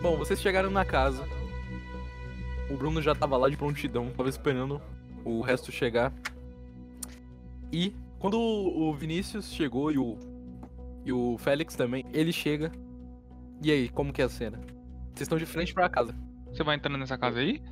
Bom, vocês chegaram na casa. O Bruno já tava lá de prontidão, tava esperando o resto chegar. E quando o Vinícius chegou e o Félix também, ele chega. E aí, como que é a cena? Vocês estão de frente pra casa. Você vai entrando nessa casa aí?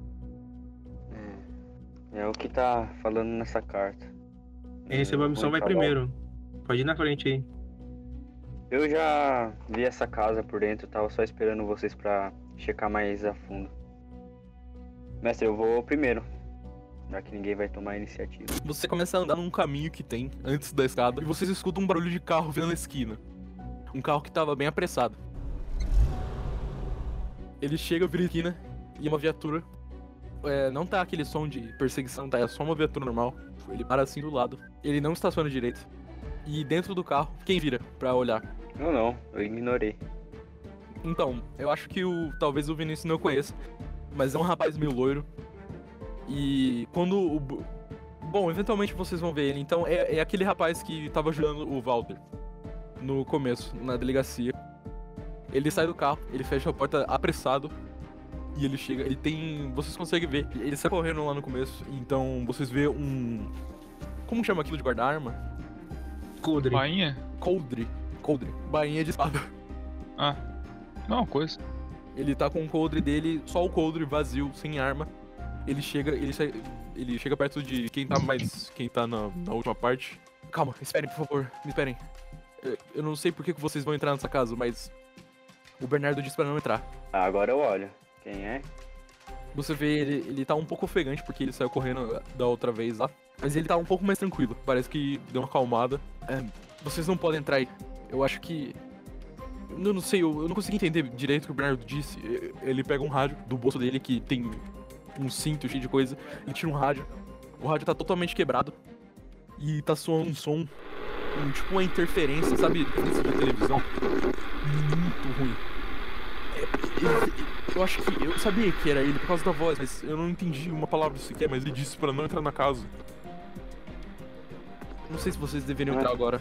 É o que tá falando nessa carta. Quem recebeu a missão vai primeiro. Pode ir na frente aí. Eu já vi essa casa por dentro, tava só esperando vocês pra checar mais a fundo. Mestre, eu vou primeiro, já que ninguém vai tomar a iniciativa. Você começa a andar num caminho que tem antes da escada e vocês escutam um barulho de carro vindo na esquina. Um carro que tava bem apressado. Ele chega, vira a esquina e uma viatura. Não tá aquele som de perseguição, tá? É só uma viatura normal. Ele para assim do lado. Ele não estaciona direito. E dentro do carro, quem vira pra olhar? Não, eu ignorei. Então, eu acho que talvez o Vinícius não conheça, mas é um rapaz meio loiro. E quando bom, eventualmente vocês vão ver ele. Então, é aquele rapaz que tava ajudando o Walter no começo, na delegacia. Ele sai do carro, ele fecha a porta apressado. E ele chega, ele tem... Vocês conseguem ver, ele sai correndo lá no começo. Então, vocês vê um... Como chama aquilo de guarda-arma? Coldre. Bainha? Coldre. Bainha de espada. Ah, não, coisa. Ele tá com o coldre dele, só o coldre vazio, sem arma. Ele chega perto de quem tá na última parte. Calma, esperem, por favor, me esperem. Eu não sei por que vocês vão entrar nessa casa, mas o Bernardo disse pra não entrar. Agora eu olho. Quem é? Você vê, ele tá um pouco ofegante, porque ele saiu correndo da outra vez lá. Mas ele tá um pouco mais tranquilo, parece que deu uma acalmada. Vocês não podem entrar aí. Eu acho que... Eu não sei, eu não consegui entender direito o que o Bernardo disse. Ele pega um rádio do bolso dele, que tem um cinto cheio de coisa. Ele tira um rádio. O rádio tá totalmente quebrado. E tá soando um som, tipo uma interferência, sabe? Isso de televisão. Muito ruim. Eu acho que... Eu sabia que era ele por causa da voz, mas eu não entendi uma palavra sequer, mas ele disse pra não entrar na casa. Não sei se vocês deveriam entrar agora.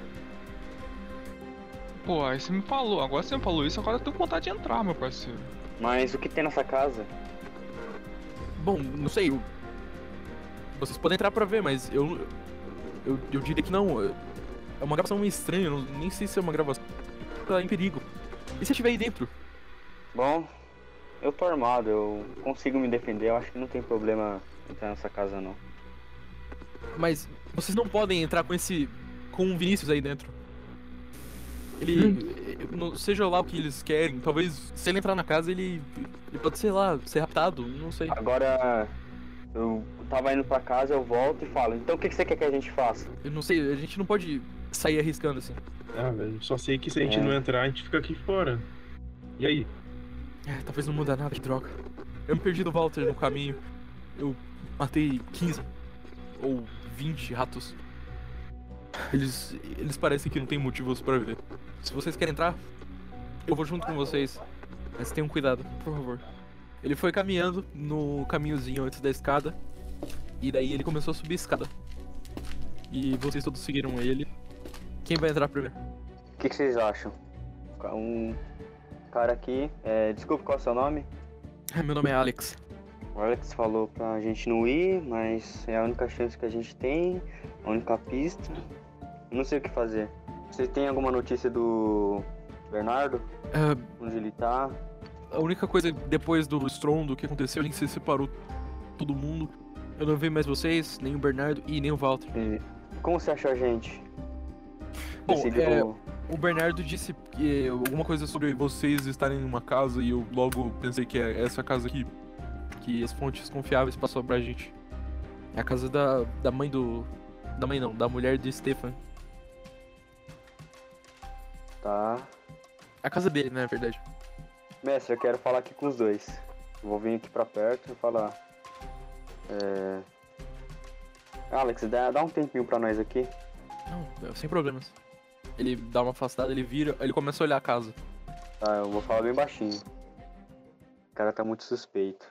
Pô, aí você me falou, agora você me falou isso, agora eu tô com vontade de entrar, meu parceiro. Mas o que tem nessa casa? Bom, não sei. Vocês podem entrar pra ver, mas eu diria que não. É uma gravação meio estranha, eu nem sei se é uma gravação. Tá em perigo. E se eu estiver aí dentro? Bom, eu tô armado, eu consigo me defender, eu acho que não tem problema entrar nessa casa não. Mas vocês não podem entrar com o Vinícius aí dentro. Seja lá o que eles querem, talvez se ele entrar na casa ele pode, sei lá, ser raptado, não sei. Agora, eu tava indo pra casa, eu volto e falo, então o que você quer que a gente faça? Eu não sei, a gente não pode sair arriscando assim. Ah, velho, só sei que se a gente não entrar, a gente fica aqui fora. E aí? Talvez não muda nada, que droga. Eu me perdi do Walter no caminho. Eu matei 15 ou 20 ratos. Eles parecem que não tem motivos pra viver. Se vocês querem entrar, eu vou junto com vocês. Mas tenham cuidado, por favor. Ele foi caminhando no caminhozinho antes da escada. E daí ele começou a subir a escada. E vocês todos seguiram ele. Quem vai entrar primeiro? O que vocês acham? Um cara aqui, desculpa, qual é o seu nome? Meu nome é Alex. O Alex falou pra gente não ir, mas é a única chance que a gente tem, a única pista. Não sei o que fazer. Você tem alguma notícia do Bernardo? Onde ele tá? A única coisa depois do estrondo que aconteceu, a gente se separou todo mundo. Eu não vi mais vocês, nem o Bernardo e nem o Walter. Como você achou a gente? Bom, o Bernardo disse alguma coisa sobre vocês estarem em uma casa e eu logo pensei que é essa casa aqui que as fontes confiáveis passou pra gente. É a casa da mãe do... Da mãe não, da mulher de Stefan. Tá. É a casa dele, né, na verdade. Mestre, eu quero falar aqui com os dois. Vou vir aqui pra perto e falar. Alex, dá um tempinho pra nós aqui. Não, sem problemas. Ele dá uma afastada, ele vira, ele começa a olhar a casa. Tá, eu vou falar bem baixinho. O cara tá muito suspeito.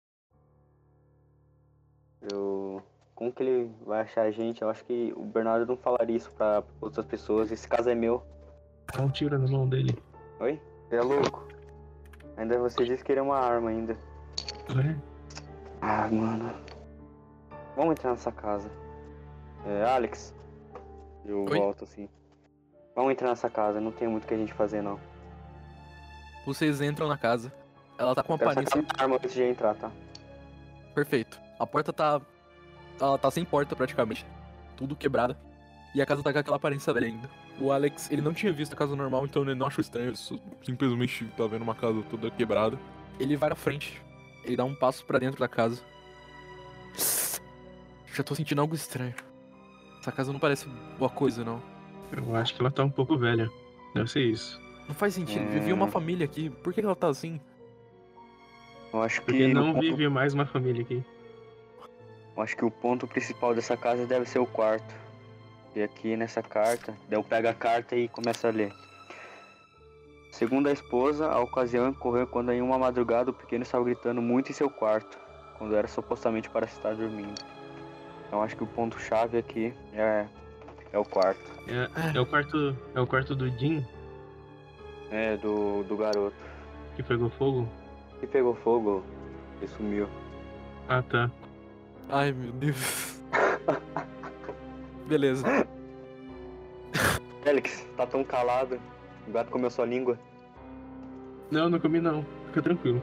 Como que ele vai achar a gente? Eu acho que o Bernardo não falaria isso pra outras pessoas. Esse caso é meu. Dá um tiro na mão dele. Oi? Você é louco? Ainda você disse que queria uma arma ainda. É. Ah, mano. Vamos entrar nessa casa. Alex. Eu Oi? volto assim. Vamos entrar nessa casa, não tem muito o que a gente fazer não. Vocês entram na casa. Ela tá com uma Quero aparência. sacar minha arma antes de entrar, tá? Perfeito. A porta tá. Ela tá sem porta praticamente. Tudo quebrada. E a casa tá com aquela aparência velha ainda. O Alex, ele não tinha visto a casa normal, então ele não achou estranho. Ele simplesmente tá vendo uma casa toda quebrada. Ele vai na frente. Ele dá um passo pra dentro da casa. Já tô sentindo algo estranho. Essa casa não parece boa coisa, não. Eu acho que ela tá um pouco velha. Deve ser isso. Não faz sentido. Vivia uma família aqui. Por que ela tá assim? Eu acho Porque que não o ponto, vive mais uma família aqui. eu acho que o ponto principal dessa casa deve ser o quarto. E aqui nessa carta, daí eu pego a carta e começo a ler. Segundo a esposa, a ocasião ocorreu quando em uma madrugada o pequeno estava gritando muito em seu quarto, quando era supostamente para estar dormindo. Então acho que o ponto chave aqui é o quarto. É o quarto. É o quarto do Jim Do garoto. que pegou fogo? Que pegou fogo e sumiu. Ah, tá. Ai, meu Deus. Beleza. Félix, tá tão calado. O gato comeu sua língua. Não, não comi não. Fica tranquilo.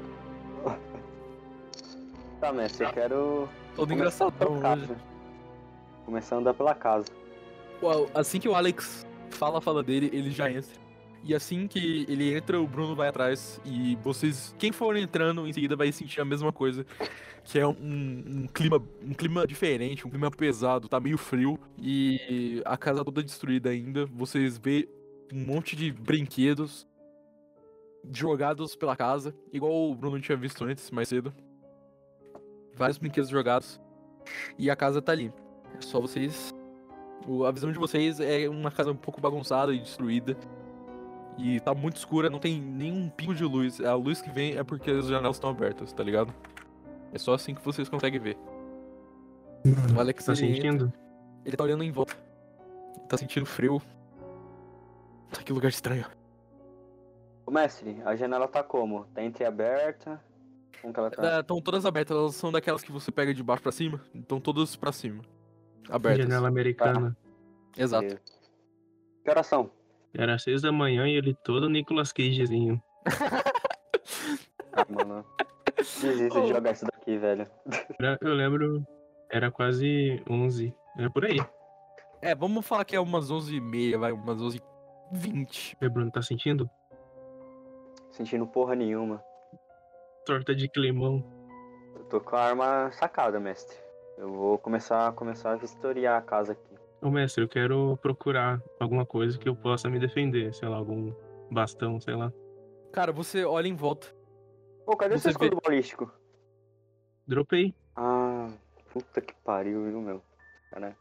Tá, mestre, eu quero Todo começar engraçadão pela hoje. casa. Começar a andar pela casa. Assim que o Alex fala a fala dele, ele já entra. E assim que ele entra, o Bruno vai atrás. E vocês, quem for entrando, em seguida vai sentir a mesma coisa. Que é um clima diferente, um clima pesado, tá meio frio. E a casa toda destruída ainda. Vocês vê um monte de brinquedos jogados pela casa. Igual o Bruno tinha visto antes, mais cedo. Vários brinquedos jogados. E a casa tá ali. É só vocês. A visão de vocês é uma casa um pouco bagunçada e destruída. E tá muito escura, não tem nenhum pingo de luz. A luz que vem é porque as janelas estão abertas, tá ligado? É só assim que vocês conseguem ver. O Alex, Tá ele entra, sentindo? ele tá olhando em volta. Ele tá sentindo frio. Tá que lugar estranho. Ô, mestre, a janela tá como? Tá entreaberta? Como que ela tá? Estão todas abertas, elas são daquelas que você pega de baixo pra cima. Estão todas pra cima. Abertas. Janela americana. Exato. Beleza. Que horas são? Era 6 da manhã e ele todo Nicolas Cagezinho. Ah, mano. Desisto de jogar isso daqui, velho. Eu lembro, era quase 11. É por aí. É, vamos falar que é umas 11h30, vai, umas 11h20. E Bruno, tá sentindo? Sentindo porra nenhuma. Torta de climão. Eu tô com a arma sacada, mestre. Eu vou começar a vistoriar a casa aqui. Ô mestre, eu quero procurar alguma coisa que eu possa me defender. Sei lá, algum bastão, sei lá. Cara, você olha em volta. Pô, cadê Você seu escudo balístico? Dropei. Ah, puta que pariu, viu, meu? Caralho.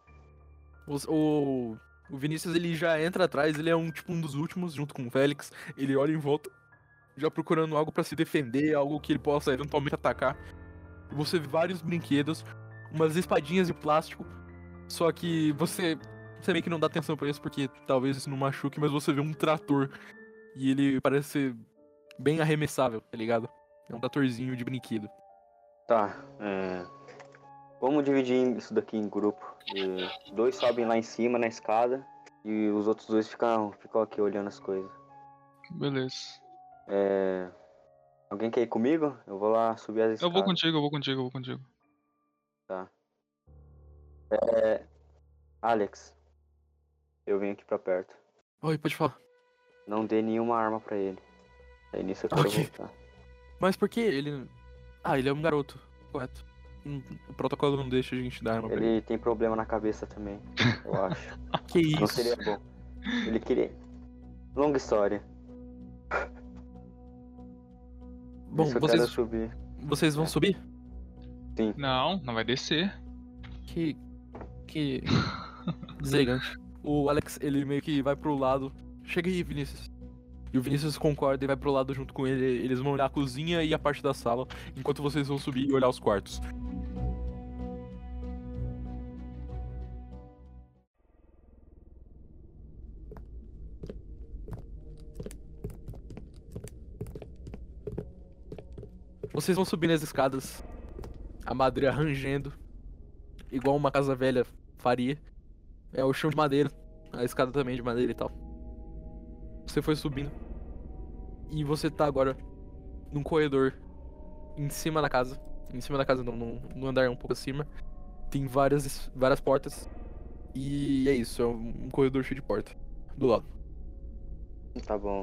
O Vinícius, ele já entra atrás, ele é um dos últimos, junto com o Félix. Ele olha em volta, já procurando algo pra se defender, algo que ele possa eventualmente atacar. Você vê vários brinquedos, umas espadinhas de plástico, só que você meio que não dá atenção pra isso, porque talvez isso não machuque, mas você vê um trator, e ele parece ser bem arremessável, tá ligado? É um tratorzinho de brinquedo. Tá, vamos dividir isso daqui em grupo. Dois sobem lá em cima na escada e os outros dois ficam aqui olhando as coisas. Beleza. Alguém quer ir comigo? Eu vou lá subir as escadas. Eu vou contigo. Tá. Alex, eu vim aqui pra perto. Oi, pode falar. Não dê nenhuma arma pra ele. Aí nisso eu quero Ok. voltar. Mas por que ele... Ah, ele é um garoto, correto. O protocolo não deixa a gente dar arma pra ele. Ele tem problema na cabeça também, eu acho. Que Não isso? seria bom. Ele queria... Longa história. Bom, Nisso eu quero subir. vocês vão subir? Não vai descer. Que deselegante. O Alex, ele meio que vai pro lado. Chega aí, Vinícius. E o Vinícius concorda e vai pro lado junto com ele. Eles vão olhar a cozinha e a parte da sala, enquanto vocês vão subir e olhar os quartos. Vocês vão subindo as escadas, a madeira rangendo, igual uma casa velha faria. É o chão de madeira, a escada também de madeira e tal. Você foi subindo. E você tá agora num corredor em cima da casa. Em cima da casa não, no andar um pouco acima. Tem várias portas. E é isso, é um corredor cheio de porta. Do lado. Tá bom.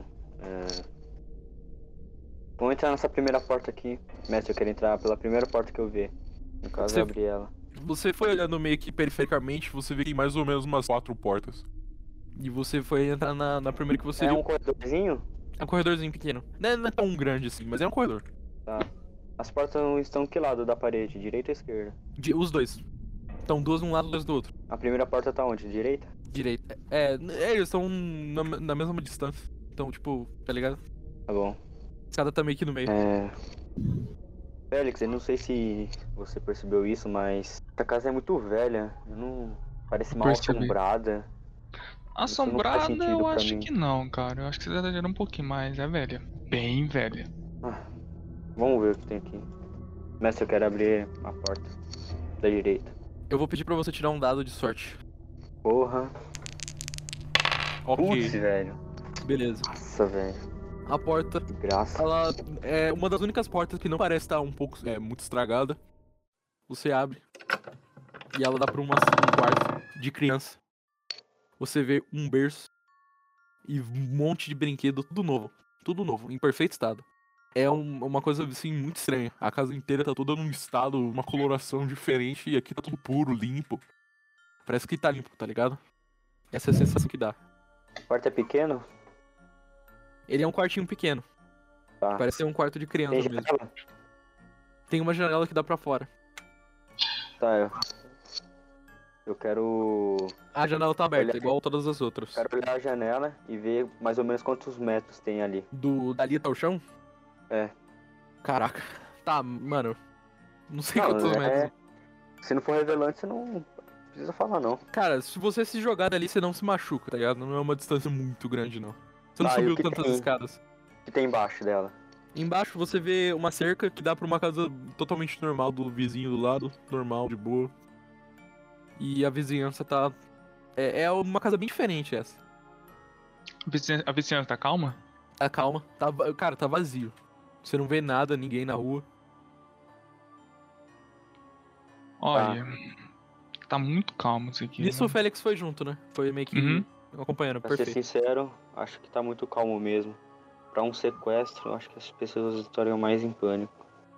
Vamos entrar nessa primeira porta aqui. Mestre, eu quero entrar pela primeira porta que eu ver. No caso, Você- eu abri ela. Você foi olhando meio que perifericamente, você vê que tem mais ou menos umas 4 portas. E você foi entrar na primeira que você É viu. um corredorzinho? É um corredorzinho pequeno. Não é tão grande assim, mas é um corredor. Tá. As portas estão que lado da parede? Direita ou esquerda? Os dois. Então, duas de um lado, duas do outro. A primeira porta tá onde? Direita? Direita. Eles estão na mesma distância. Então, tipo, tá ligado? Tá bom. A escada tá meio que no meio. Félix, eu não sei se você percebeu isso, mas essa casa é muito velha. Eu não... Parece mal Percebi. assombrada. Isso não faz Assombrada sentido eu pra acho mim. que não, cara. Eu acho que você tá exagerando um pouquinho mais. É velha. Bem velha. Vamos ver o que tem aqui. Mestre, eu quero abrir a porta da direita. Eu vou pedir pra você tirar um dado de sorte. Porra. Ok, Putz, velho. beleza. Nossa, velho. A porta, Que graça. ela é uma das únicas portas que não parece estar um pouco, muito estragada. Você abre e ela dá pra um quarto de criança. Você vê um berço e um monte de brinquedo, tudo novo, em perfeito estado. É uma coisa assim muito estranha. A casa inteira tá toda num estado, uma coloração diferente e aqui tá tudo puro, limpo. Parece que tá limpo, tá ligado? Essa é a sensação que dá. O quarto é pequeno? Ele é um quartinho pequeno. Tá. Parece ser um quarto de criança Tem mesmo. janela? Tem uma janela que dá pra fora. Tá, eu quero... A janela tá aberta, Olha- igual todas as outras. Quero olhar a janela e ver mais ou menos quantos metros tem ali. Dali até o chão? É. Caraca. Tá, mano. Não sei Não, quantos metros. Se não for revelante, você não precisa falar, não. Cara, se você se jogar dali, você não se machuca, tá ligado? Não é uma distância muito grande, não. Você não Tá, e o subiu que tantas tem? escadas. O que tem embaixo dela? Embaixo você vê uma cerca que dá pra uma casa totalmente normal do vizinho do lado. Normal, de boa. E a vizinhança tá... É uma casa bem diferente essa. A vizinhança tá calma? Tá calma. Cara, tá vazio. Você não vê nada, ninguém na rua. Olha. Tá muito calmo isso aqui. Nisso o né? Félix foi junto, né? Foi meio que Uhum. acompanhando, Pra ser perfeito. sincero, acho que tá muito calmo mesmo. Pra um sequestro, acho que as pessoas estariam mais em pânico.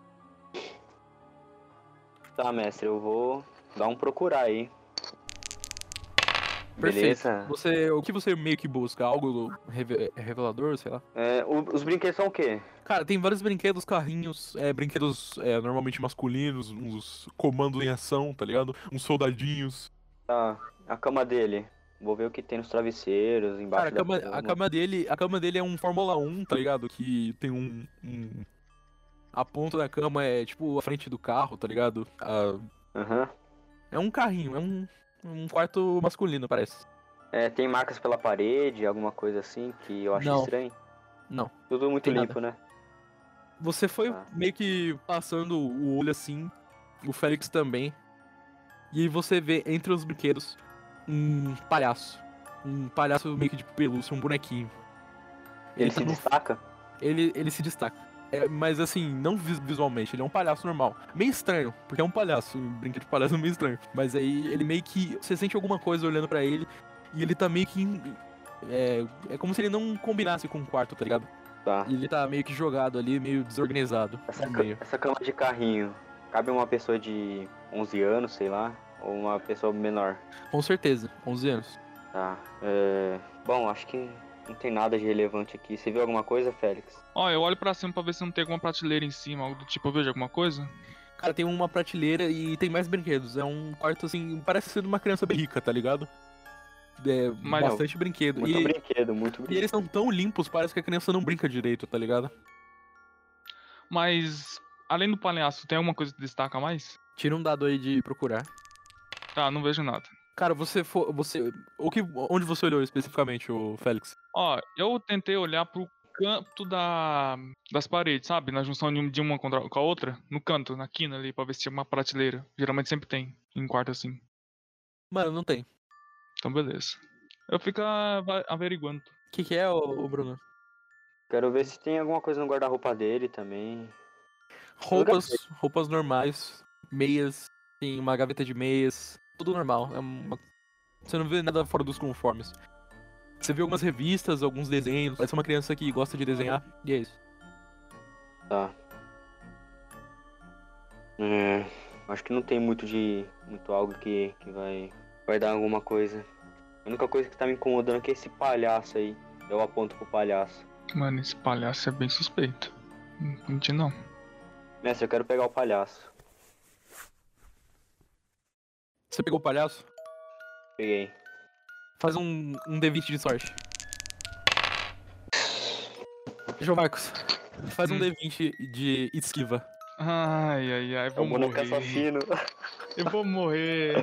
Tá, mestre, eu vou dar um procurar aí. Perfeito. Beleza? O que você meio que busca? Algo revelador, sei lá? Os brinquedos são o quê? Cara, tem vários brinquedos, carrinhos, brinquedos normalmente masculinos, uns comandos em ação, tá ligado? Uns soldadinhos. Tá, a cama dele. Vou ver o que tem nos travesseiros, Cara, embaixo da a cama dele é um Fórmula 1, tá ligado? Que tem a ponta da cama é tipo a frente do carro, tá ligado? Aham. É um carrinho, é um quarto masculino, parece. Tem marcas pela parede, alguma coisa assim, que eu acho Não. estranho. Não. Tudo muito Tem limpo, né? Você foi Tá. meio que passando o olho assim, o Félix também. E aí você vê entre os brinquedos um palhaço. Um palhaço meio que de pelúcia, um bonequinho. Ele tá se no- destaca? Ele se destaca. Mas assim, não visualmente, ele é um palhaço normal. Meio estranho, porque é um palhaço, um brinquedo de palhaço é meio estranho. Mas aí ele meio que. Você sente alguma coisa olhando pra ele e ele tá meio que. É como se ele não combinasse com o quarto, tá ligado? Tá. E ele tá meio que jogado ali, meio desorganizado. No meio. Essa cama de carrinho, cabe uma pessoa de 11 anos, sei lá, ou uma pessoa menor? Com certeza, 11 anos. Tá. Bom, acho que não tem nada de relevante aqui. Você viu alguma coisa, Félix? Ó, eu olho pra cima pra ver se não tem alguma prateleira em cima, algo do tipo, eu vejo alguma coisa. Cara, tem uma prateleira e tem mais brinquedos. É um quarto assim, parece ser de uma criança bem rica, tá ligado? Mas Bastante brinquedo. Muito brinquedo, muito E brinquedo. eles são tão limpos, parece que a criança não brinca direito, tá ligado? Mas, além do palhaço, tem alguma coisa que destaca mais? Tira um dado aí de procurar. Tá, não vejo nada. Cara, onde você olhou especificamente, o Félix? Ó, eu tentei olhar pro canto das paredes, sabe? Na junção de uma com a outra. No canto, na quina ali, pra ver se tinha uma prateleira. Geralmente sempre tem, em quarto assim. Mano, não tem. Então, beleza. Eu fico averiguando. O que é, ô Bruno? Quero ver se tem alguma coisa no guarda-roupa dele também. Roupas normais, meias, tem uma gaveta de meias, tudo normal. Você não vê nada fora dos conformes. Você vê algumas revistas, alguns desenhos, parece uma criança que gosta de desenhar, e é isso. Tá. Acho que não tem muito algo que vai dar alguma coisa. A única coisa que tá me incomodando é que esse palhaço aí. Eu aponto pro palhaço. Mano, esse palhaço é bem suspeito. Não menti não. Mestre, eu quero pegar o palhaço. Você pegou o palhaço? Peguei. Faz um D20 de sorte. João Marcos, faz um D20 de esquiva. Ai, É vou o boneco morrer. assassino. Eu vou morrer.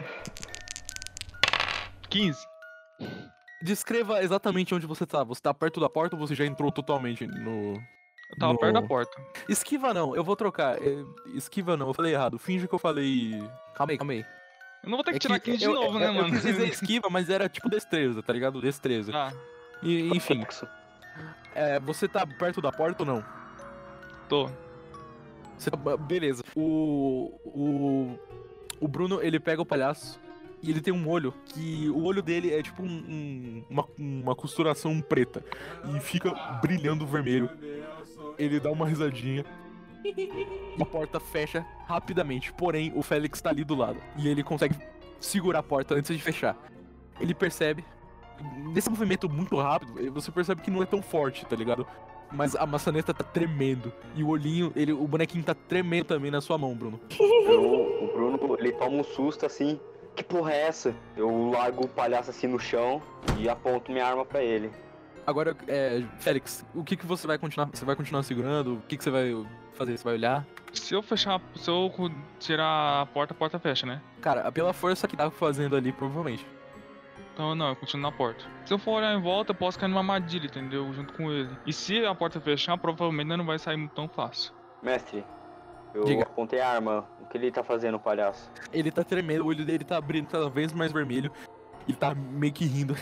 15. Descreva exatamente onde você tá. Você tá perto da porta ou você já entrou totalmente no... Eu tava perto da porta. Esquiva não, eu vou trocar. Esquiva não, eu falei errado. Finge que eu falei... Calma aí. Eu não vou ter que tirar 15 de novo, né, Eu mano? quis dizer esquiva, mas era tipo destreza, tá ligado? Destreza. Ah, E, enfim, você tá perto da porta ou não? tô. Você tá... Beleza. O Bruno, ele pega o palhaço e ele tem um olho que... O olho dele é tipo uma costuração preta e fica brilhando vermelho. Ele dá uma risadinha. E a porta fecha rapidamente. Porém, o Félix tá ali do lado. E ele consegue segurar a porta antes de fechar. Ele percebe... Nesse movimento muito rápido, você percebe que não é tão forte, tá ligado? Mas a maçaneta tá tremendo. E o olhinho, o bonequinho tá tremendo também na sua mão, Bruno. O Bruno, ele toma um susto assim. Que porra é essa? Eu largo o palhaço assim no chão e aponto minha arma pra ele. Agora, Félix, o que você vai continuar? Você vai continuar segurando? O que você vai fazer? Você vai olhar? Se eu tirar a porta fecha, né? Cara, pela força que tá fazendo ali, provavelmente. Então não, eu continuo na porta. Se eu for olhar em volta, eu posso cair numa armadilha, entendeu? Junto com ele. E se a porta fechar, provavelmente não vai sair tão fácil. Mestre, eu Diga. apontei a arma. O que ele tá fazendo, o palhaço? Ele tá tremendo, o olho dele tá abrindo cada vez mais vermelho. Ele tá meio que rindo.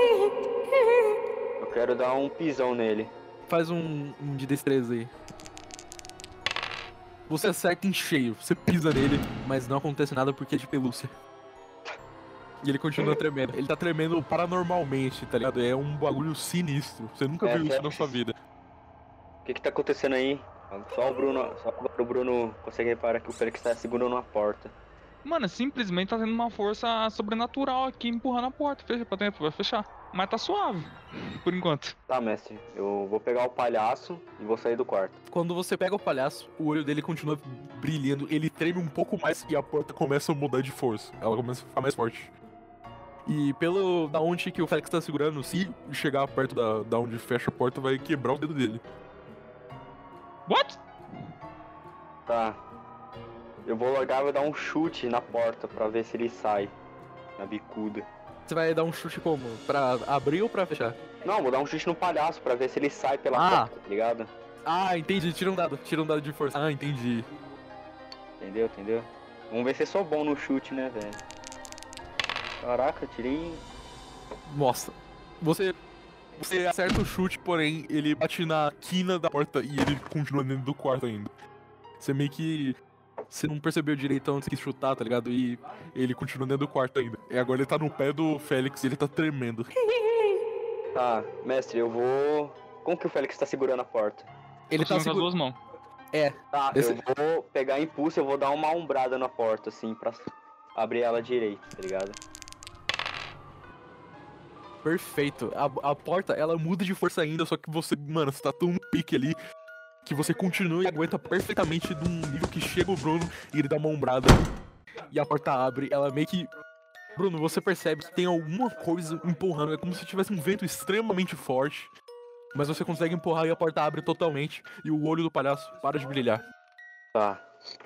Eu quero dar um pisão nele. Faz um de destreza aí. Você acerta em cheio, você pisa nele, mas não acontece nada porque é de pelúcia. E ele continua tremendo. Ele tá tremendo paranormalmente, tá ligado? É um bagulho sinistro. Você nunca viu isso na sua vida. O que tá acontecendo aí? Só o Bruno consegue reparar que o Félix tá segurando uma porta. Mano, simplesmente tá tendo uma força sobrenatural aqui empurrando a porta. Fecha pra dentro, vai fechar. Mas tá suave, por enquanto. Tá, mestre. Eu vou pegar o palhaço e vou sair do quarto. Quando você pega o palhaço, o olho dele continua brilhando. Ele treme um pouco mais e a porta começa a mudar de força. Ela começa a ficar mais forte. E da onde que o Félix tá segurando, se chegar perto da onde fecha a porta, vai quebrar o dedo dele. What? Tá. Eu vou largar e vou dar um chute na porta pra ver se ele sai. Na bicuda. Você vai dar um chute como? Pra abrir ou pra fechar? Não, vou dar um chute no palhaço pra ver se ele sai pela porta, tá ligado? Ah, entendi. Tira um dado de força. Ah, entendi. Entendeu? Vamos ver se eu sou bom no chute, né, velho? Caraca, tirei... Nossa. Você acerta o chute, porém, ele bate na quina da porta e ele continua dentro do quarto ainda. Você meio que... Você não percebeu direito onde você quis chutar, tá ligado? E ele continua dentro do quarto ainda. E agora ele tá no pé do Félix e ele tá tremendo. Tá, mestre, eu vou... Como que o Félix tá segurando a porta? Ele tá com as duas mãos. Tá, Esse- eu vou pegar impulso e eu vou dar uma ombrada na porta, assim, pra abrir ela direito, tá ligado? Perfeito. A porta, ela muda de força ainda, só que você, mano, você tá tão no pique ali que você continua e aguenta perfeitamente de um nível que chega o Bruno e ele dá uma ombrada e a porta abre, ela meio que... Bruno, você percebe que tem alguma coisa empurrando, é como se tivesse um vento extremamente forte, mas você consegue empurrar e a porta abre totalmente e o olho do palhaço para de brilhar. Tá.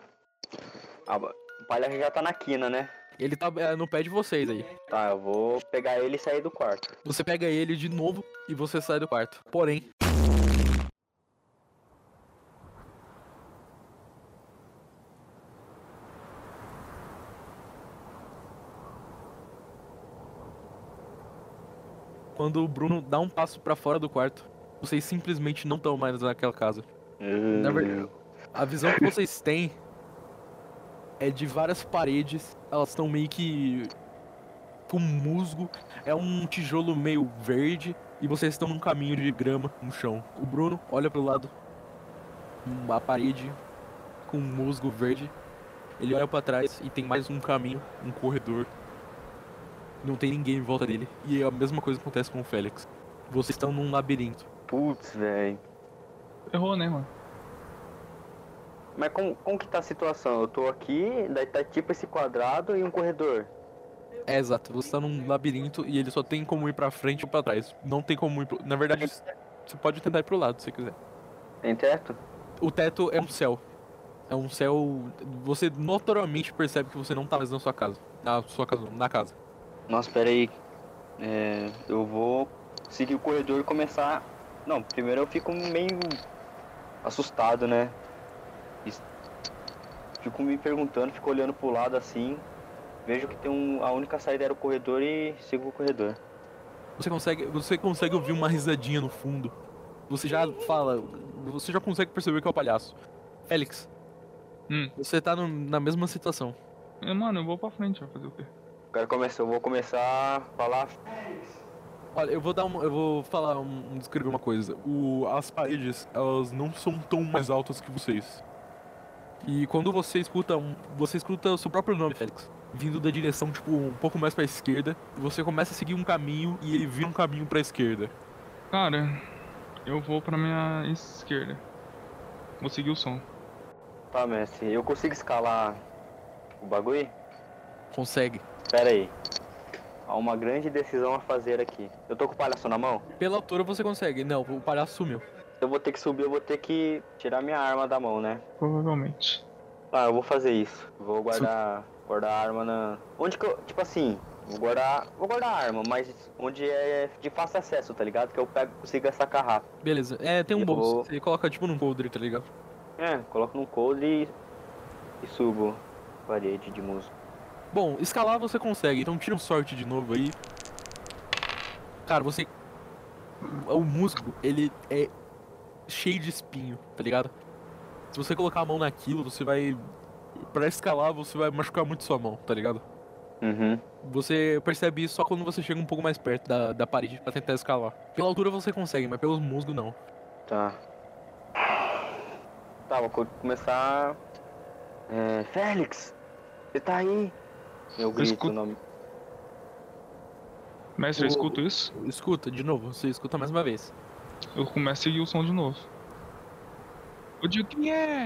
O palhaço já tá na quina, né? Ele tá no pé de vocês aí. Tá, eu vou pegar ele e sair do quarto. Você pega ele de novo e você sai do quarto. Porém, Quando o Bruno dá um passo pra fora do quarto, vocês simplesmente não estão mais naquela casa. Na verdade, a visão que vocês têm é de várias paredes, elas estão meio que com musgo, é um tijolo meio verde e vocês estão num caminho de grama no chão. O Bruno olha pro lado, uma parede com musgo verde. Ele olha pra trás e tem mais um caminho, um corredor. Não tem ninguém em volta dele. E a mesma coisa acontece com o Félix. Vocês estão num labirinto. Putz, velho. Errou, né, mano? Mas como que tá a situação? Eu tô aqui, daí tá tipo esse quadrado e um corredor. É exato, você tá num labirinto e ele só tem como ir pra frente ou pra trás. Não tem como ir pro... Na verdade, você pode tentar ir pro lado se quiser. Tem teto? O teto é um céu. É um céu... Você notoriamente percebe que você não tá mais na sua casa. Na casa. Nossa, pera aí. Eu vou seguir o corredor e começar... Não, primeiro eu fico meio assustado, né? Fico me perguntando, fico olhando pro lado assim. Vejo que tem a única saída era o corredor e sigo o corredor. Você consegue ouvir uma risadinha no fundo. Você já consegue perceber que é o palhaço. Félix, você tá na mesma situação. Mano, eu vou pra frente, vai fazer o quê? Eu vou começar a falar. Olha, eu vou falar, descrever uma coisa. As paredes, elas não são tão mais altas que vocês. E quando você escuta o seu próprio nome, Félix, vindo da direção, tipo, um pouco mais pra esquerda, você começa a seguir um caminho e ele vira um caminho pra esquerda. Cara, eu vou pra minha esquerda. Vou seguir o som. Tá, mestre, eu consigo escalar o bagulho? Consegue. Pera aí. Há uma grande decisão a fazer aqui. Eu tô com o palhaço na mão? Pela altura você consegue. Não, o palhaço sumiu. Eu vou ter que subir, eu vou ter que tirar minha arma da mão, né? Provavelmente. Ah, eu vou fazer isso. Vou guardar a arma na... Onde que eu... Tipo assim, vou guardar a arma, mas onde é de fácil acesso, tá ligado? Que eu consigo sacar rápido. Beleza. Tem um bolso. Você coloca tipo num coldre, tá ligado? Coloco num coldre e subo a parede de música. Bom, escalar você consegue, então tira um sorte de novo aí. Cara, o musgo, ele é cheio de espinho, tá ligado? Se você colocar a mão naquilo, pra escalar, você vai machucar muito sua mão, tá ligado? Uhum. Você percebe isso só quando você chega um pouco mais perto da parede pra tentar escalar. Pela altura você consegue, mas pelos musgos não. Tá. Tá, vou começar... Félix! Você tá aí? Eu grito o nome. Mestre, eu escuto isso? Escuta, de novo, você escuta mais uma vez. Eu começo a seguir o som de novo. Eu digo, quem é?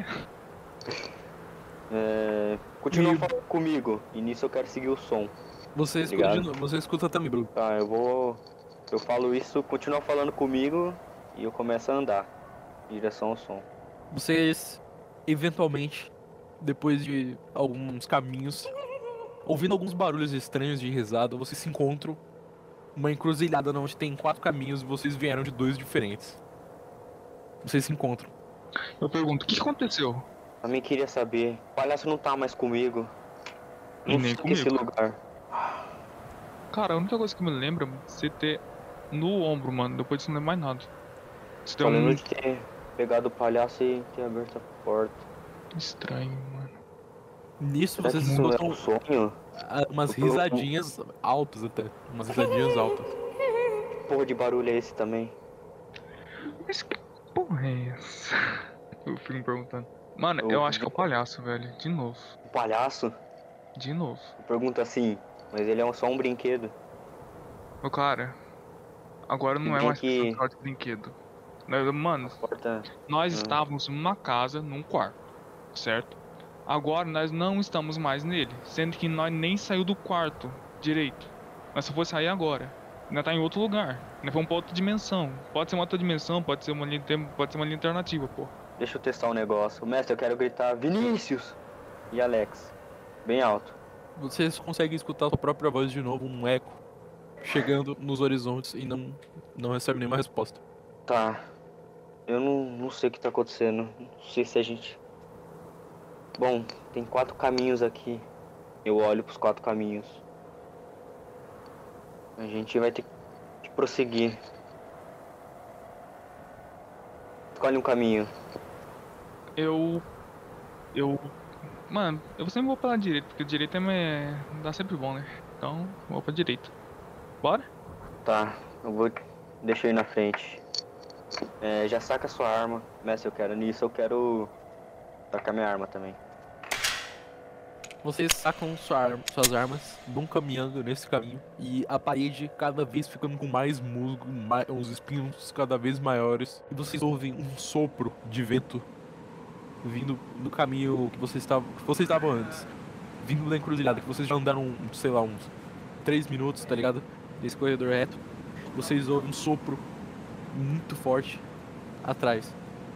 Continua falando comigo. E nisso eu quero seguir o som. Você escuta de novo, você escuta também, Bruno. Tá, eu falo isso, continua falando comigo e eu começo a andar em direção ao som. Vocês, eventualmente, depois de alguns caminhos, ouvindo alguns barulhos estranhos de risada, vocês se encontram uma encruzilhada onde tem 4 caminhos e vocês vieram de 2 diferentes. Vocês se encontram. Eu pergunto, o que aconteceu? Também queria saber, o palhaço não tá mais comigo. E Não nem fica esse comigo. lugar. Cara, a única coisa que me lembra é você ter no ombro, mano. Depois você não lembra mais nada. Você tem Só lembro de ter pegado o palhaço e ter aberto a porta. Estranho, mano. Nisso Será que vocês isso não é escutam um sonho? umas risadinhas altas até. Umas risadinhas altas. Que porra de barulho é esse também? Mas que porra é essa? Eu fico me perguntando. Mano, eu acho que é o palhaço, velho. De novo. O palhaço? De novo. Eu pergunto assim, mas ele é só um brinquedo. Ô, cara. Agora não é mais de brinquedo. Mano, Porta... nós estávamos numa casa, num quarto. Certo? Agora nós não estamos mais nele. Sendo que nós nem saiu do quarto direito. Nós só foi sair agora. Nós tá em outro lugar. Nós fomos pra outra dimensão. Pode ser uma outra dimensão, pode ser uma linha alternativa, pô. Deixa eu testar um negócio. Mestre, eu quero gritar Vinícius e Alex. Bem alto. Vocês conseguem escutar a sua própria voz de novo, um eco, chegando nos horizontes e não recebe nenhuma resposta. Tá. Eu não sei o que tá acontecendo. Não sei se a gente... Bom, tem 4 caminhos aqui. Eu olho pros 4 caminhos. A gente vai ter que prosseguir. Escolhe um caminho. Mano, eu sempre vou pela direita, porque direita dá sempre bom, né? Então, vou pra direita. Bora? Tá, eu vou. Deixa eu ir na frente. Já saca sua arma. Mestre, eu quero tacar minha arma também. Vocês sacam suas armas, vão caminhando nesse caminho e a parede cada vez ficando com mais musgo, os espinhos cada vez maiores. E vocês ouvem um sopro de vento vindo do caminho que vocês estavam antes. Vindo da encruzilhada, que vocês já andaram, sei lá, uns 3 minutos, tá ligado? Nesse corredor reto. Vocês ouvem um sopro muito forte atrás.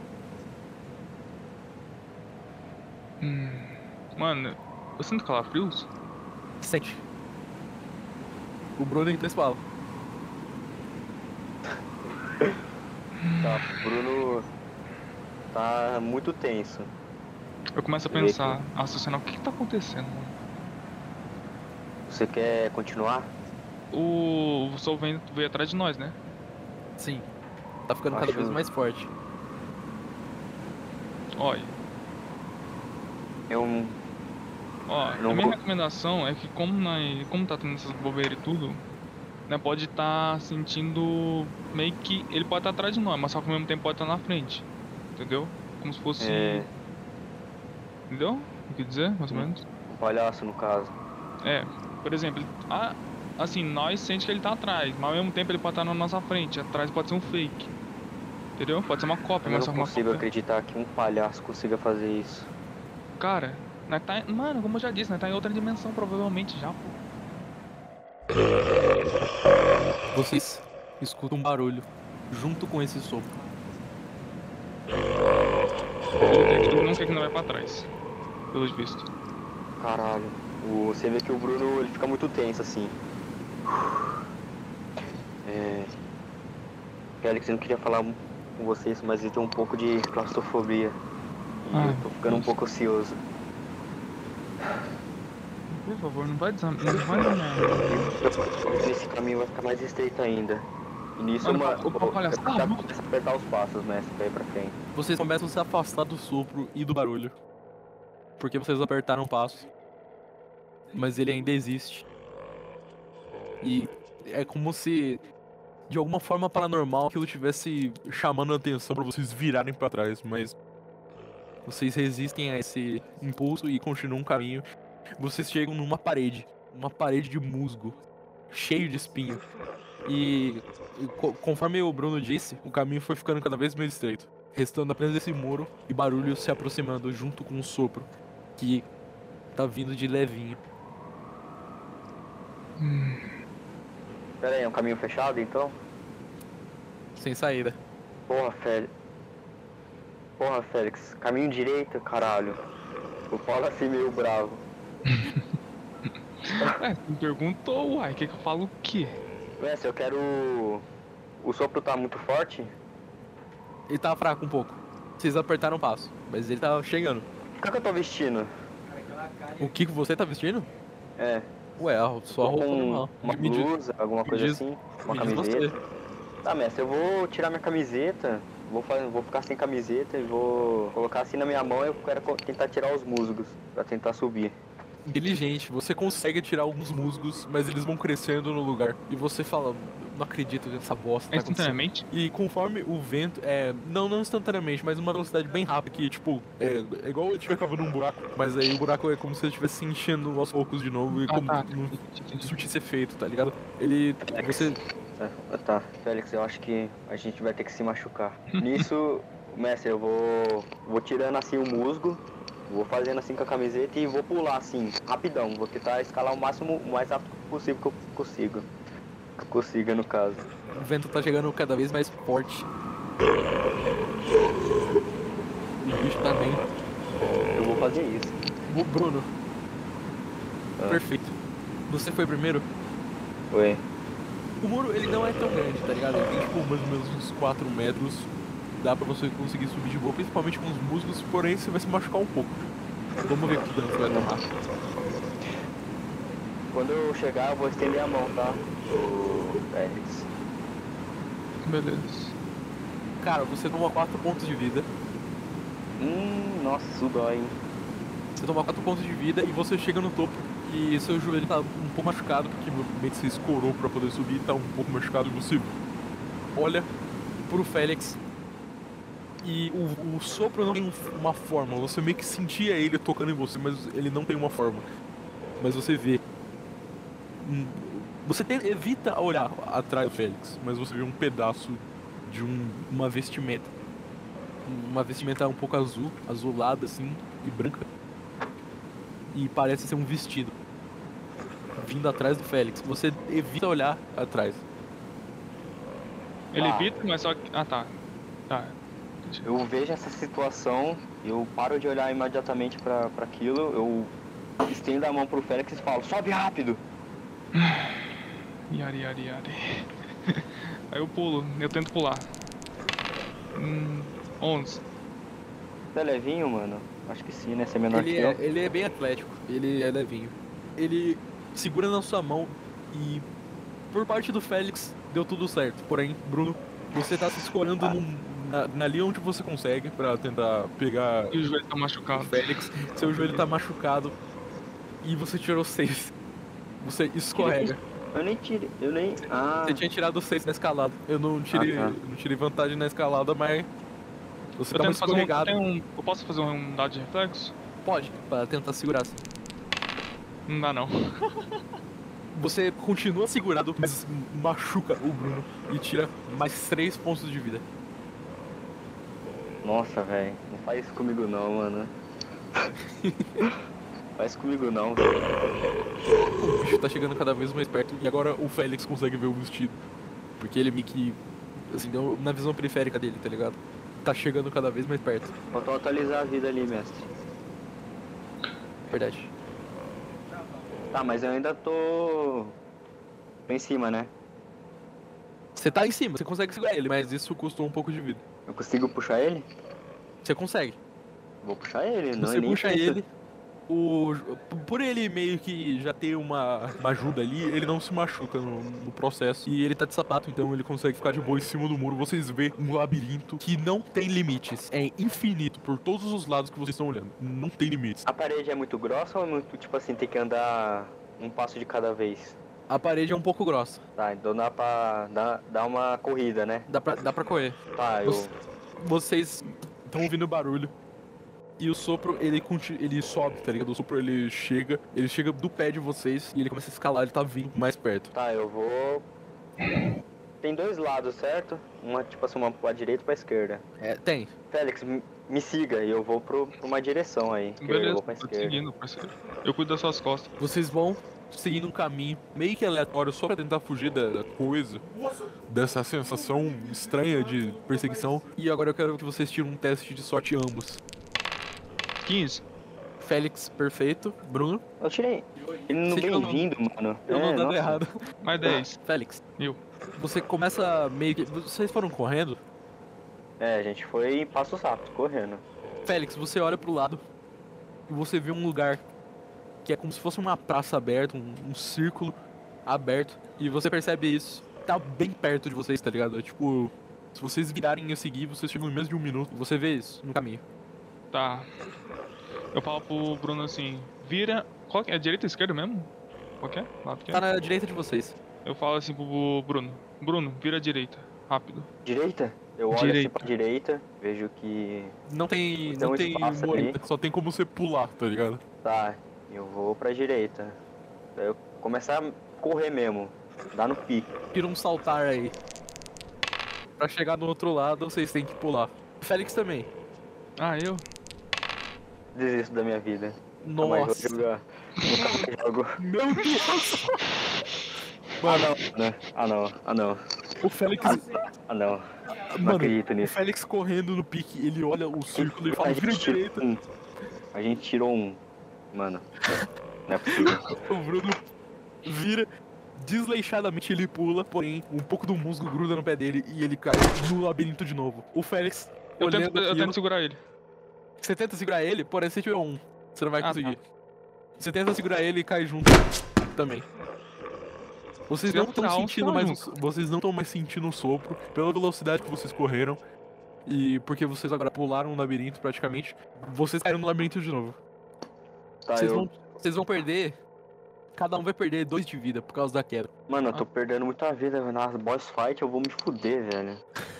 Mano, eu sinto calafrios? Sente. O Bruno entra e fala. Tá, o Bruno tá muito tenso. Eu começo a pensar, a raciocinar, o que tá acontecendo, mano? Você quer continuar? O sol veio atrás de nós, né? Sim. Tá ficando cada vez mais forte. Olha. A minha recomendação é que como tá tendo essas bobeiras e tudo, né, pode estar sentindo meio que ele pode estar atrás de nós, mas só que ao mesmo tempo pode estar na frente, entendeu? Como se fosse, entendeu? O que dizer, mais ou menos? Um palhaço, no caso. Por exemplo, assim, nós sente que ele tá atrás, mas ao mesmo tempo ele pode estar na nossa frente, atrás pode ser um fake, entendeu? Pode ser uma cópia, Eu mas só não que uma consigo cópia. acreditar que um palhaço consiga fazer isso. Cara, mano, como eu já disse, tá em outra dimensão provavelmente já, pô. Vocês escutam um barulho junto com esse sopro. Ele não quer que não vai pra trás, pelo visto. Caralho. Você vê que o Bruno ele fica muito tenso assim. Félix, eu não queria falar com vocês, mas eu tenho um pouco de claustrofobia. E eu tô ficando um pouco ansioso. Por favor, não vai não. Esse caminho vai ficar mais estreito ainda. E nisso palhaço, já começa a apertar os passos, né? Pra ir pra frente. Vocês começam a se afastar do sopro e do barulho. Porque vocês apertaram o passo. Mas ele ainda existe. E é como se, de alguma forma paranormal, aquilo estivesse chamando a atenção pra vocês virarem pra trás. Mas vocês resistem a esse impulso e continuam um caminho. Vocês chegam numa parede. Uma parede de musgo. Cheio de espinho. E conforme o Bruno disse, o caminho foi ficando cada vez mais estreito. Restando apenas esse muro e barulho se aproximando junto com o sopro. Que tá vindo de levinho. Pera aí, é um caminho fechado então? Sem saída. Porra, Félix. Caminho direito, caralho. Eu falo assim meio bravo. Você me perguntou, uai, quer que eu falo o quê? Mestre, eu quero... O sopro tá muito forte? Ele tá fraco um pouco. Vocês apertaram o passo, mas ele tá chegando. O que eu tô vestindo? O que você tá vestindo? Ué, sua Tô roupa com normal. uma blusa, alguma coisa assim? Uma camiseta? Tá, mestre, eu vou tirar minha camiseta, vou ficar sem camiseta e vou colocar assim na minha mão e eu quero tentar tirar os musgos, pra tentar subir. Inteligente, você consegue tirar alguns musgos, mas eles vão crescendo no lugar. E você fala, não acredito nessa bosta. Instantaneamente? E conforme o vento, não instantaneamente, mas uma velocidade bem rápida, que tipo, é igual eu estiver cavando um buraco, mas aí o buraco é como se ele estivesse se enchendo aos poucos de novo e como não surtisse efeito, tá ligado? Você... Tá, Félix, eu acho que a gente vai ter que se machucar. Nisso, mestre, eu vou tirando assim o musgo. Vou fazendo assim com a camiseta e vou pular assim, rapidão. Vou tentar escalar o mais rápido possível que eu consigo. Que eu consiga, no caso. O vento tá chegando cada vez mais forte. O bicho tá bem. Eu vou fazer isso. O Bruno. Perfeito. Você foi primeiro? Foi. O muro, ele não é tão grande, tá ligado? Ele tem tipo mais ou menos uns 4 metros. Dá pra você conseguir subir de boa, principalmente com os musgos, porém você vai se machucar um pouco. Vamos ver que dano você vai tomar. Quando eu chegar, eu vou estender a mão, tá? O Félix. Beleza. Cara, você toma 4 pontos de vida. Nossa, isso dói, hein? Você toma 4 pontos de vida e você chega no topo. E seu joelho tá um pouco machucado, porque meio que você escorou pra poder subir, tá um pouco machucado. E você olha pro Félix. E o sopro não tem uma forma. Você meio que sentia ele tocando em você, mas ele não tem uma forma. Mas você vê. Você evita olhar atrás do Félix, mas você vê um pedaço de uma vestimenta. Uma vestimenta um pouco azulada assim e branca. E parece ser um vestido vindo atrás do Félix. Você evita olhar atrás. Ele evita, mas só que... Ah, tá. Tá. Eu vejo essa situação, eu paro de olhar imediatamente pra aquilo, eu estendo a mão pro Félix e falo, sobe rápido! Yari. Aí eu pulo, eu tento pular. 11. Você é levinho, mano? Acho que sim, né? Você é menor que eu. Ele é bem atlético, ele é levinho. Ele segura na sua mão e por parte do Félix deu tudo certo. Porém, Bruno, você tá se escorando ali onde você consegue pra tentar pegar E o joelho tá o machucado. Félix. Seu joelho tá machucado e você tirou 6. Você escorrega. Eu nem tirei, eu nem... Ah, Você tinha tirado 6 na escalada. Eu não tirei, tá. não tirei vantagem na escalada, mas você Eu tá tento fazer escorregado. eu posso fazer um dado de reflexo? Pode, pra tentar segurar assim. Não dá não. Você continua segurado, mas machuca o Bruno e tira mais 3 pontos de vida. nossa, velho. Não faz isso comigo não, mano. Faz comigo não, velho. O bicho tá chegando cada vez mais perto e agora o Félix consegue ver o vestido. Porque ele meio que, assim, deu na visão periférica dele, tá ligado? Tá chegando cada vez mais perto. Faltou atualizar a vida ali, mestre. Verdade. Tá, mas eu ainda tô em cima, né? Você tá em cima, você consegue segurar ele, mas isso custou um pouco de vida. Eu consigo puxar ele? Você consegue. Vou puxar ele, não Você é nem puxa isso. ele. Por ele meio que já ter uma ajuda ali, ele não se machuca no processo. E ele tá de sapato, então ele consegue ficar de boa em cima do muro. Vocês vê um labirinto que não tem limites. É infinito por todos os lados que vocês estão olhando. Não tem limites. A parede é muito grossa ou é muito, tipo assim, tem que andar um passo de cada vez? A parede é um pouco grossa. Tá, então dá pra dar uma corrida, né? Dá pra correr. Tá, eu... Vocês estão ouvindo barulho. E o sopro, ele sobe, tá ligado? O sopro, ele chega do pé de vocês e ele começa a escalar, ele tá vindo mais perto. Tá, eu vou... Tem dois lados, certo? Uma, tipo assim, uma pra direita e pra esquerda. É, tem. Félix, me siga e eu vou pra uma direção aí. Que eu Beleza, vou pra tô te esquerda. seguindo, parceiro. Eu cuido das suas costas. Vocês vão seguindo um caminho meio que aleatório só pra tentar fugir da coisa, dessa sensação estranha de perseguição. E agora eu quero que vocês tirem um teste de sorte ambos. 15. Félix, perfeito. Bruno, Eu tirei. Ele não Você vem tirou vindo, mano. eu não dando nossa. errado. Mais 10. Félix, Eu. você começa meio que... Vocês foram correndo? É, a gente foi em passos rápidos, correndo. Félix, você olha pro lado e você vê um lugar que é como se fosse uma praça aberta, um círculo aberto. E você percebe isso. Tá bem perto de vocês, tá ligado? É tipo, se vocês virarem a seguir, vocês chegam em menos de 1 minuto. Você vê isso no caminho. Tá. Eu falo pro Bruno assim, vira... Qual que é? Direita ou esquerda mesmo? Qual que é? Lado que é? Tá na direita de vocês. Eu falo assim pro Bruno. Bruno, vira à direita. Rápido. Direita? Eu olho assim Direita. pra direita, vejo que... Não tem Tem um espaço ali. mureta, só tem como você pular, tá ligado? Tá, eu vou pra direita. Daí eu começar a correr mesmo. Dar no pique. Tira um saltar aí. Pra chegar no outro lado, vocês têm que pular. Félix também. Ah, eu? Desisto da minha vida. Não, mas vou Nossa. jogar. No jogo. Meu Deus. Ah não. O Félix... Ah não. Não Mano, acredito o nisso. Félix correndo no pique, ele olha o círculo e fala, A vira à gente tirou direita. um. A gente tirou um. Mano. Não é possível. O Bruno vira, desleixadamente ele pula, porém um pouco do musgo gruda no pé dele e ele cai no labirinto de novo. O Félix, Eu olhando tento aquilo, segurar ele. você tenta segurar ele, porém você tiver um, você não vai Ah, conseguir. Você tenta segurar ele e cai junto também. Vocês Se não estão entrar um, sentindo sai mais nunca. vocês não estão mais sentindo o sopro pela velocidade que vocês correram e porque vocês agora pularam um labirinto praticamente. Vocês caíram no labirinto de novo. Tá, Vocês vão perder. Cada um vai perder 2 de vida por causa da queda. Mano, eu tô perdendo muita vida, velho. Nas boss fight eu vou me fuder, velho.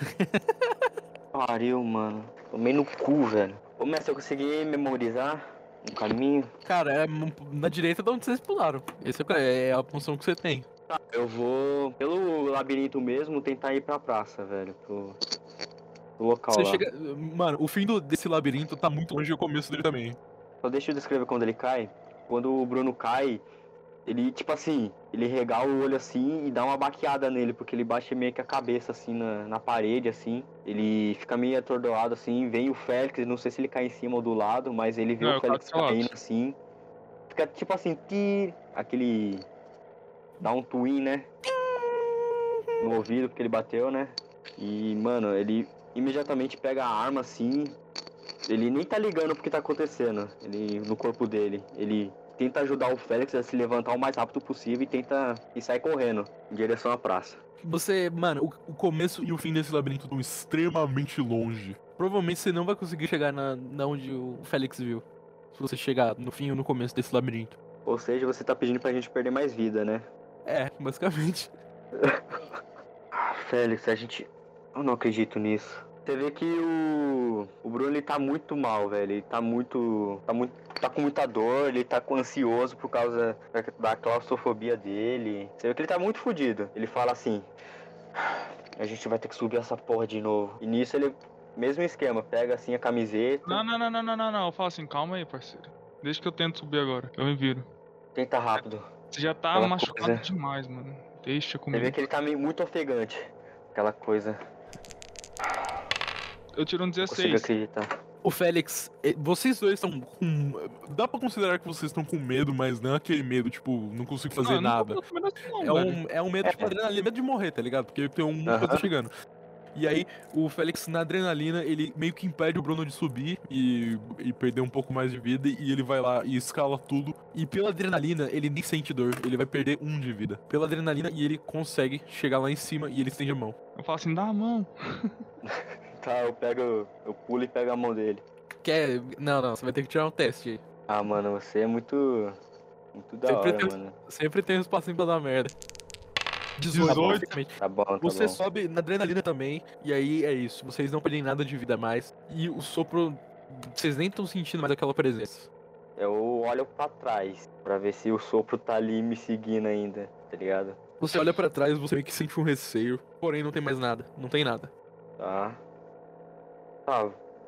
Pariu, mano. Tomei no cu, velho. Ô, mestre, eu consegui memorizar um caminho. Cara, é na direita de onde vocês pularam. Esse é a função que você tem. Tá, eu vou, pelo labirinto mesmo, tentar ir pra praça, velho. Pro local Você lá. chega. Mano, o fim desse labirinto tá muito longe do começo dele também. Só deixa eu descrever quando ele cai. Quando o Bruno cai, ele, tipo assim, ele regala o olho assim e dá uma baqueada nele, porque ele bate meio que a cabeça assim na parede, assim. Ele fica meio atordoado assim, vem o Félix, não sei se ele cai em cima ou do lado, mas ele vê Não, o eu Félix caio do seu caindo lado. assim. Fica tipo assim, aquele. Dá um twin, né? No ouvido, porque ele bateu, né? E, mano, ele imediatamente pega a arma assim. Ele nem tá ligando pro que tá acontecendo no corpo dele. Ele tenta ajudar o Félix a se levantar o mais rápido possível e sai correndo em direção à praça. Você, mano, o começo e o fim desse labirinto estão extremamente longe. Provavelmente você não vai conseguir chegar na onde o Félix viu. Se você chegar no fim ou no começo desse labirinto. Ou seja, você tá pedindo pra gente perder mais vida, né? É, basicamente. Félix, eu não acredito nisso. Você vê que o Bruno, ele tá muito mal, velho. Ele tá com muita dor, ele tá ansioso por causa da claustrofobia dele. Você vê que ele tá muito fodido. Ele fala assim: a gente vai ter que subir essa porra de novo. E nisso ele, mesmo esquema, pega assim a camiseta. Não. Eu falo assim, calma aí, parceiro. Deixa que eu tento subir agora. Eu me viro. Tenta rápido. Você já tá Aquela machucado coisa. demais, mano. Deixa Você comigo. vê que ele tá muito ofegante. Aquela coisa. Eu tiro um Não consigo 16. acreditar. O Félix, vocês dois estão com. Dá pra considerar que vocês estão com medo, mas não é aquele medo, tipo, não consigo fazer Não, nada. Não tô com medo assim, não, velho. É um medo tipo adrenalina, medo de morrer, tá ligado? Porque tem uma coisa chegando. E aí, o Félix, na adrenalina, ele meio que impede o Bruno de subir e perder um pouco mais de vida. E ele vai lá e escala tudo. E pela adrenalina, ele nem sente dor. Ele vai perder 1 de vida. Pela adrenalina, e ele consegue chegar lá em cima e ele estende a mão. Eu falo assim, dá a mão. Tá, eu pulo e pego a mão dele. Não, você vai ter que tirar um teste aí. Ah, mano, você é muito da Sempre hora, tem- mano. Sempre tem um espacinho pra dar merda. 18. basicamente. Tá bom, tá Você bom. sobe na adrenalina também, e aí é isso. Vocês não perdem nada de vida mais. E o sopro, vocês nem estão sentindo mais aquela presença. Eu olho pra trás pra ver se o sopro tá ali me seguindo ainda, tá ligado? Você olha pra trás, você meio que sente um receio, porém não tem mais nada. Não tem nada. Tá. Tá,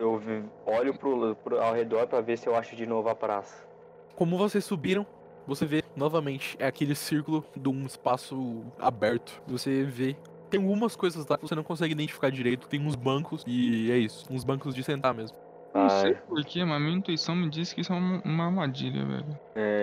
olho ao redor pra ver se eu acho de novo a praça. Como vocês subiram, você vê novamente aquele círculo de um espaço aberto. Você vê. Tem algumas coisas lá que você não consegue identificar direito. Tem uns bancos e é isso. Uns bancos de sentar mesmo. Não sei Ai. porquê, mas minha intuição me diz que isso é uma armadilha, velho.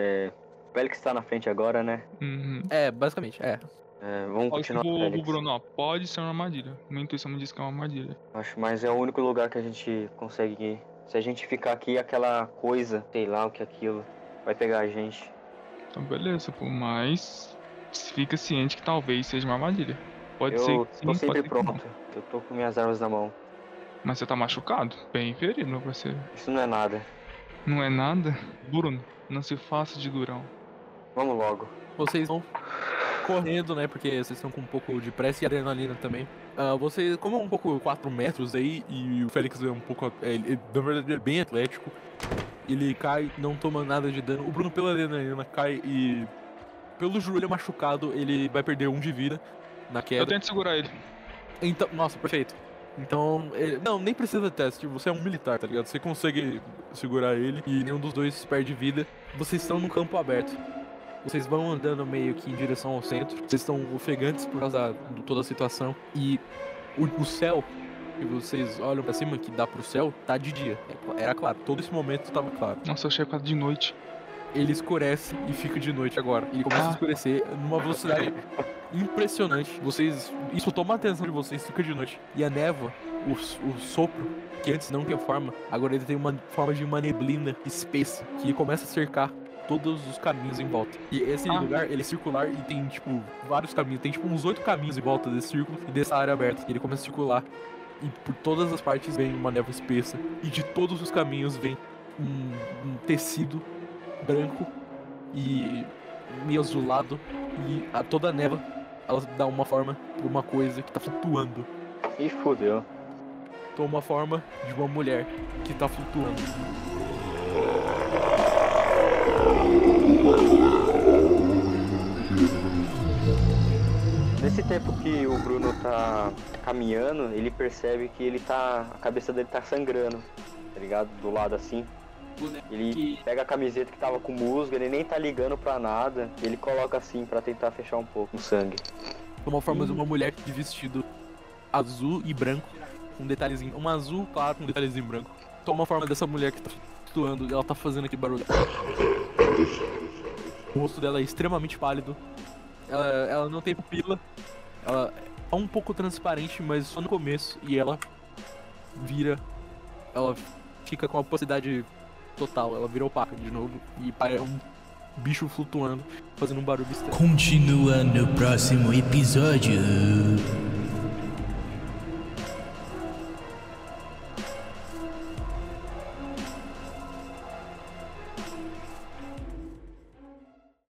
O Félix tá na frente agora, né? Uhum. É, basicamente, é. Vamos Fala assim continuar, pro Félix. Bruno, ó, pode ser uma armadilha. Minha intuição me diz que é uma armadilha. Acho, mas é o único lugar que a gente consegue ir. Se a gente ficar aqui, aquela coisa, sei lá o que é aquilo, vai pegar a gente. Então beleza, pô, mas fica ciente que talvez seja uma armadilha. Pode ser Eu que sim, tô pode sempre ser que não. pronto. Eu tô com minhas armas na mão. Mas você tá machucado? Bem ferido, meu parceiro. Isso não é nada. Não é nada? Bruno, não se faça de durão. Vamos logo. Vocês vão correndo, né? Porque vocês estão com um pouco de pressa e adrenalina também. Você, como é um pouco 4 metros aí, e o Félix é um pouco. Ele, na verdade, ele é bem atlético. Ele cai, não toma nada de dano. O Bruno, pela adrenalina, cai e. Pelo joelho machucado, ele vai perder 1 de vida na queda. Eu tento segurar ele. Então, nossa, perfeito. Então, não, nem precisa de teste. Você é um militar, tá ligado? Você consegue segurar ele e nenhum dos dois perde vida. Vocês estão num campo aberto. Vocês vão andando meio que em direção ao centro. Vocês estão ofegantes por causa de toda a situação. E o céu, que vocês olham pra cima, que dá pro céu, tá de dia. Era claro, todo esse momento tava claro. Nossa, eu chego de noite. Ele escurece e fica de noite agora. Ele começa a escurecer numa velocidade impressionante. Isso toma a atenção de vocês, fica de noite. E a névoa, o sopro, que antes não tinha forma, agora ele tem uma forma de uma neblina espessa que começa a cercar todos os caminhos em volta. E esse lugar, ele é circular e tem, tipo, vários caminhos. Tem, tipo, uns 8 caminhos em volta desse círculo e dessa área aberta. E ele começa a circular. E por todas as partes vem uma névoa espessa. E de todos os caminhos vem um tecido branco e meio azulado. E toda a névoa, ela dá uma forma de uma coisa que tá flutuando. Ih, fodeu. Toma a forma de uma mulher que tá flutuando. Nesse tempo que o Bruno tá caminhando, ele percebe que a cabeça dele tá sangrando, tá ligado? Do lado assim. Ele pega a camiseta que tava com musgo, ele nem tá ligando pra nada, e ele coloca assim pra tentar fechar um pouco o sangue. Toma a forma de uma mulher de vestido azul e branco, com um detalhezinho, um azul claro com um detalhezinho branco. Toma a forma dessa mulher que tá flutuando, ela tá fazendo aquele barulho. O rosto dela é extremamente pálido. Ela não tem pupila. Ela é um pouco transparente, mas só no começo. E ela fica com a opacidade total. Ela vira opaca de novo e parece um bicho flutuando, fazendo um barulho estranho. Continua no próximo episódio.